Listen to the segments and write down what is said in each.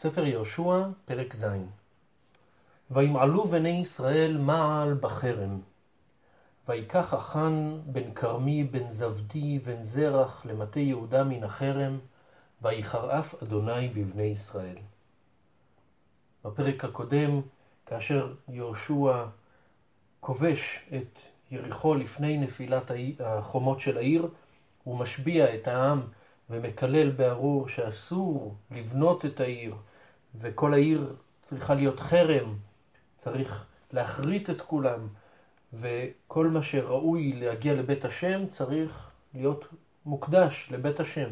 ספר יהושע, פרק ז'. וימעלו בני ישראל מעל בחרם. ויקח אחן בן כרמי בן זבדי בן זרח למטה יהודה מן החרם, ויחרף אדוני בבני ישראל. בפרק הקודם, כאשר יהושע כובש את יריחו לפני נפילת החומות של העיר, הוא משביע את העם ומקלל בארור שאסור לבנות את העיר, וכל העיר צריכה להיות חרם, צריך להחריט את כולם, וכל מה שראוי להגיע לבית השם צריך להיות מוקדש לבית השם.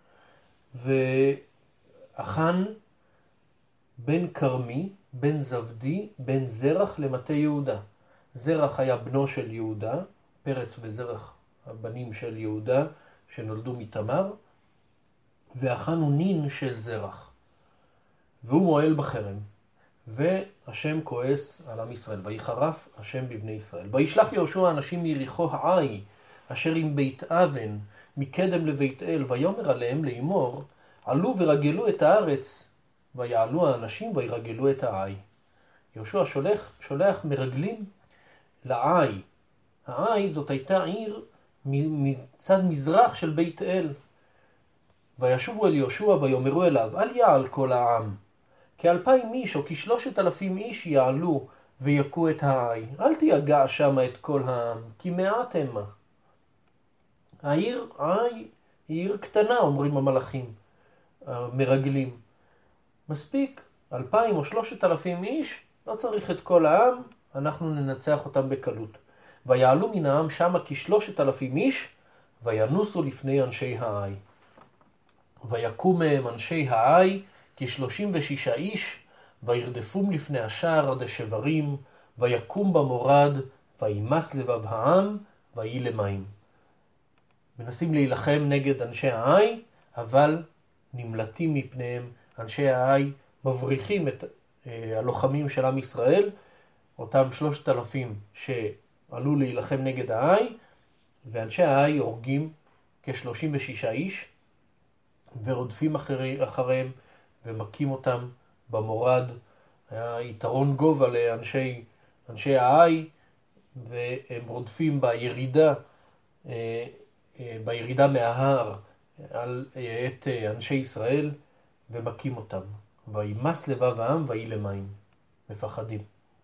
ואחן בן כרמי, בן זבדי, בן זרח למטה יהודה. זרח היה בנו של יהודה, פרץ וזרח הבנים של יהודה שנולדו מתמר, ואחן הוא נין של זרח. והוא מועל בחרם, והשם כועס על עם ישראל, ויחרף השם בבני ישראל. וישלח יהושע אנשים מיריחו העי, אשר עם בית אבן, מקדם לבית אל, ויאמר עליהם לאמור, עלו ורגלו את הארץ, ויעלו האנשים וירגלו את העי. יהושע שולח מרגלים לעי. העי זאת הייתה עיר מצד מזרח של בית אל. וישובו אל יהושע ויאמרו אליו, אל יעל כל העם, כ2,000 איש או כ3,000 איש יעלו ויכו את העי. אל תיגע שם את כל העם, כי מעט המה. העיר עי היא עיר קטנה, אומרים המלאכים המרגלים. מספיק 2,000 או 3,000 איש, לא צריך את כל העם, אנחנו ננצח אותם בקלות. ויעלו מן העם שמה כ3,000 איש, וינוסו לפני אנשי העי. ויקום מהם אנשי העי כ36 איש, וירדפום לפני השער עד השברים, ויקום במורד, וימס לבב העם, ויהי למים. מנסים להילחם נגד אנשי העי, אבל נמלטים מפניהם. אנשי העי מבריחים את הלוחמים של עם ישראל, אותם 3,000 שעלו להילחם נגד העי, ואנשי העי הורגים כ36 איש, ורודפים אחריהם ומכים אותם במורד. היה יתרון גובה לאנשי העי, והם רודפים בירידה מההר את אנשי ישראל ומכים אותם. וימס לבב העם ויהי למים. מפחדים.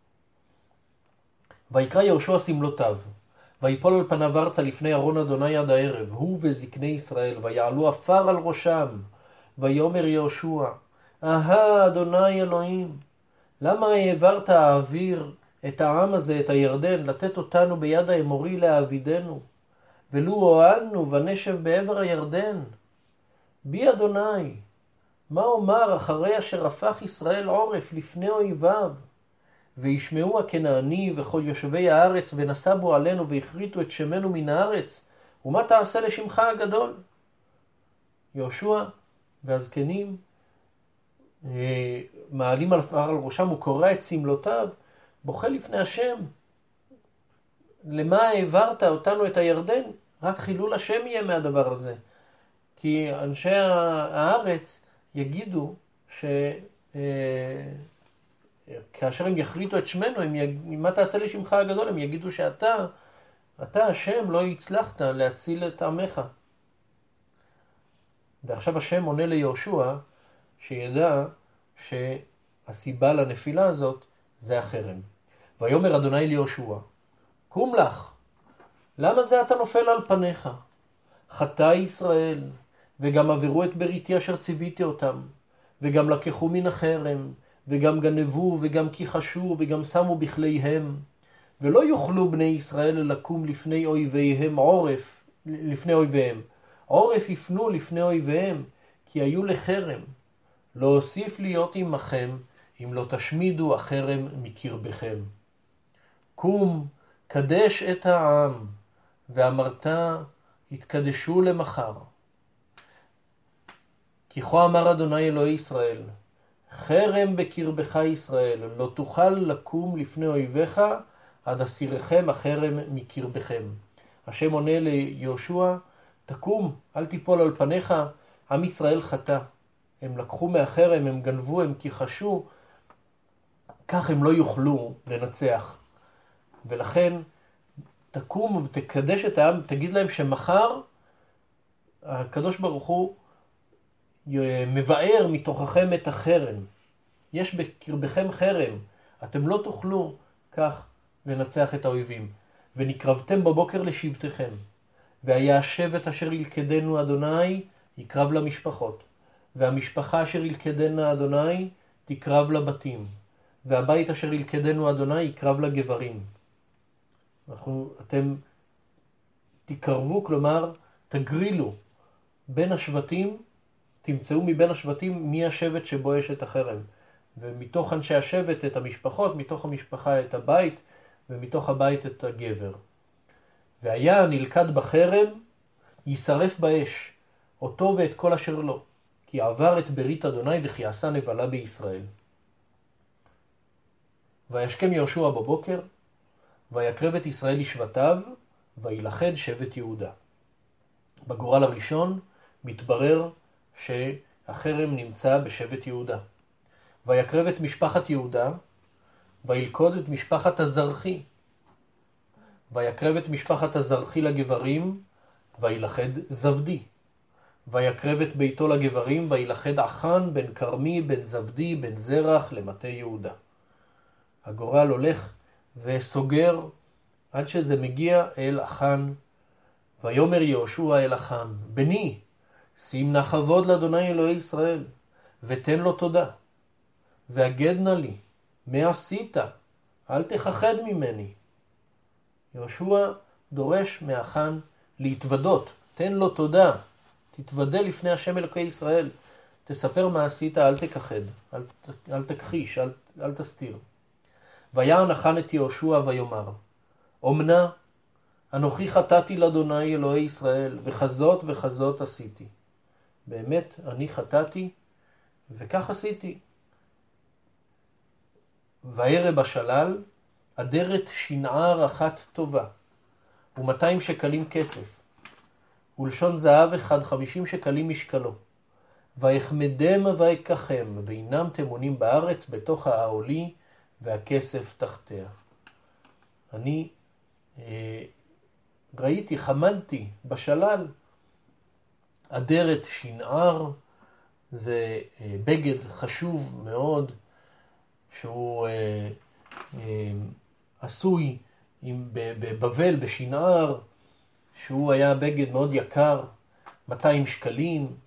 ויקרא יהושע סמלותיו, ויפול על פניו ארצה לפני ארון אדוני עד הערב, הוא וזקני ישראל, ויעלו עפר על ראשם. ויאמר יהושע, אהה אדוני אלוהים, למה העברת האוויר את העם הזה, את הירדן, לתת אותנו ביד האמורי להעבידנו? ולו הועלנו ונשב בעבר הירדן. בי אדוני, מה אומר אחרי אשר הפך ישראל עורף לפני אויביו? וישמעו הכנעני וכל יושבי הארץ ונסבו עלינו והחריטו את שמנו מן הארץ, ומה תעשה לשמך הגדול? יהושע והזקנים מעלים על ראשם, הוא קורא את סמלותיו, בוכה לפני השם. למה העברת אותנו את הירדן? רק חילול השם יהיה מהדבר הזה. כי אנשי הארץ יגידו כאשר הם יחריטו את שמנו, מה תעשה לשמך הגדול? הם יגידו שאתה השם לא הצלחת להציל את עמך. ועכשיו השם עונה ליהושע שידע שהסיבה לנפילה הזאת זה החרם. ויאמר אדוני ליהושע, קום לך, למה זה אתה נופל על פניך? חטא ישראל, וגם עברו את בריתי אשר ציוויתי אותם, וגם לקחו מן החרם, וגם גנבו, וגם כיחשו, וגם שמו בכליהם, ולא יוכלו בני ישראל לקום לפני אויביהם עורף יפנו לפני אויביהם, כי היו לחרם. לא אוסיף להיות עמכם, אם לא תשמידו החרם מקרבכם. קום, קדש את העם, ואמרת, התקדשו למחר. כי כה אמר אדוני אלוהי ישראל, חרם בקרבך ישראל, לא תוכל לקום לפני אויביך, עד אסירכם החרם מקרבכם. השם עונה ליהושע, תקום, אל תיפול על פניך, עם ישראל חטא. הם לקחו מהחרם, הם גנבו, הם כיחשו, כך הם לא יוכלו לנצח. ולכן תקום ותקדש את העם, תגיד להם שמחר הקדוש ברוך הוא מבאר מתוככם את החרם. יש בקרבכם חרם, אתם לא תוכלו כך לנצח את האויבים. ונקרבתם בבוקר לשבתכם, והיה השבט אשר ילכדנו אדוני יקרב למשפחות, והמשפחה אשר ילכדנה אדוני תקרב לבתים, והבית אשר ילכדנו אדוני יקרב לגברים. אתם תקרבו, כלומר תגרילו בין השבטים, תמצאו מבין השבטים מי השבט שבו יש את החרם, ומתוך אנשי השבט את המשפחות, מתוך המשפחה את הבית, ומתוך הבית את הגבר. והיה נלכד בחרם, יישרף באש, אותו ואת כל אשר לו, כי עבר את ברית אדוני וכי עשה נבלה בישראל. וישכם יהושע בבוקר, ויקרב את ישראל לשבטיו, וילכד שבט יהודה. בגורל הראשון מתברר שהחרם נמצא בשבט יהודה. ויקרב את משפחת יהודה, וילכוד את משפחת הזרחי. ויקרב את משפחת הזרחי לגברים, וילכד זבדי. ויקרב את ביתו לגברים, וילכד אחן בן כרמי, בן זבדי, בן זרח למטה יהודה. הגורל הולך וסוגר עד שזה מגיע אל אחן. ויאמר יהושע אל אחן, בני, שים נא כבוד לאדוני אלוהי ישראל, ותן לו תודה. והגד נא לי, מה עשית? אל תכחד ממני. יהושע דורש מאחן להתוודות, תן לו תודה, תתוודה לפני השם אלוקי ישראל, תספר מה עשית, אל תכחד, אל תכחיש, אל תסתיר. ויען אחן את יהושע ויאמר, אמנה, אנוכי חטאתי לאדוני אלוהי ישראל, וכזאת וכזאת עשיתי. באמת, אני חטאתי, וכך עשיתי. וירא בשלל, אדרת שנער אחת טובה, ו200 שקלים כסף, ולשון זהב אחד 50 שקלים משקלו. ויחמדם ויקחם, ואינם תמונים בארץ בתוך העולי, והכסף תחתיה. אני ראיתי, חמדתי בשלל, אדרת שנער, זה בגד חשוב מאוד, שהוא עשוי בבבל בשנער, שהוא היה בגד מאוד יקר, 200 שקלים,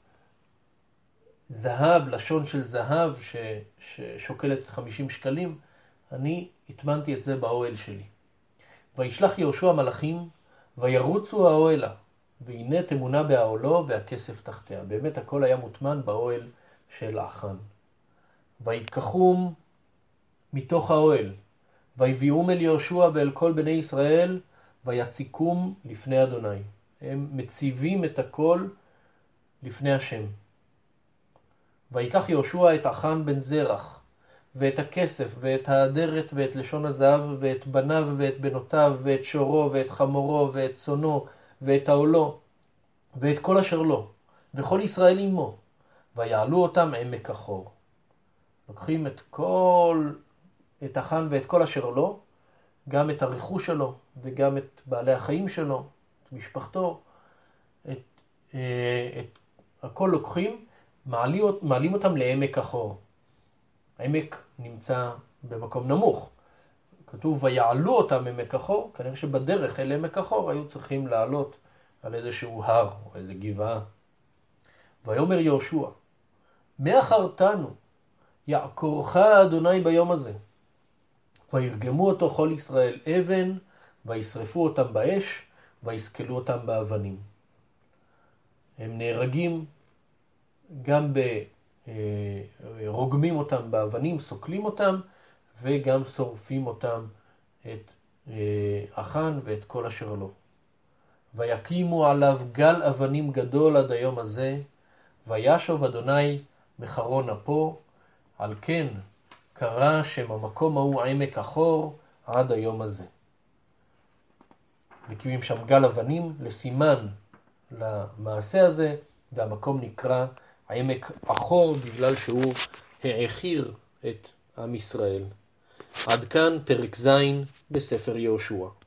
זהב, לשון של זהב ששוקלת 50 שקלים, אני התמנתי את זה באוהל שלי. וישלח יהושע מלאכים, וירוצו האוהלה, והנה תמונה באוהלו והכסף תחתיה. באמת הכל היה מוטמן באוהל של אחן. ויקחום מתוך האוהל, ויביאום אל יהושע ואל כל בני ישראל, ויציקום לפני אדוני. הם מציבים את הכל לפני השם. ויקח יהושע את אחן בן זרח, ואת הכסף, ואת האדרת, ואת לשון הזהב, ואת בניו, ואת בנותיו, ואת שורו, ואת חמורו, ואת צונו, ואת העולו, ואת כל אשר לו, וכל ישראל עמו, ויעלו אותם עמק החור. לוקחים את אחן ואת כל אשר לו, גם את הרכוש שלו, וגם את בעלי החיים שלו, את משפחתו, הכל לוקחים, מעלים אותם לעמק החור. העמק נמצא במקום נמוך. כתוב ויעלו אותם עמק החור, כנראה שבדרך אל עמק החור היו צריכים לעלות על איזשהו הר או איזו גבעה. ויאמר יהושע, מה חרתנו? יעקורך אדוני ביום הזה. וירגמו אותו כל ישראל אבן, וישרפו אותם באש, ויסקלו אותם באבנים. הם נהרגים גם רוגמים אותם באבנים, סוקלים אותם, וגם שורפים אותם את אחן ואת כל אשר לו. ויקימו עליו גל אבנים גדול עד היום הזה, וישוב אדוני מחרון אפו, על כן קרא שם המקום ההוא עמק החור עד היום הזה. מקימים שם גל אבנים לסימן למעשה הזה, והמקום נקרא עמק אחור בגלל שהוא העכיר את עם ישראל. עד כאן פרק ז' בספר יהושע.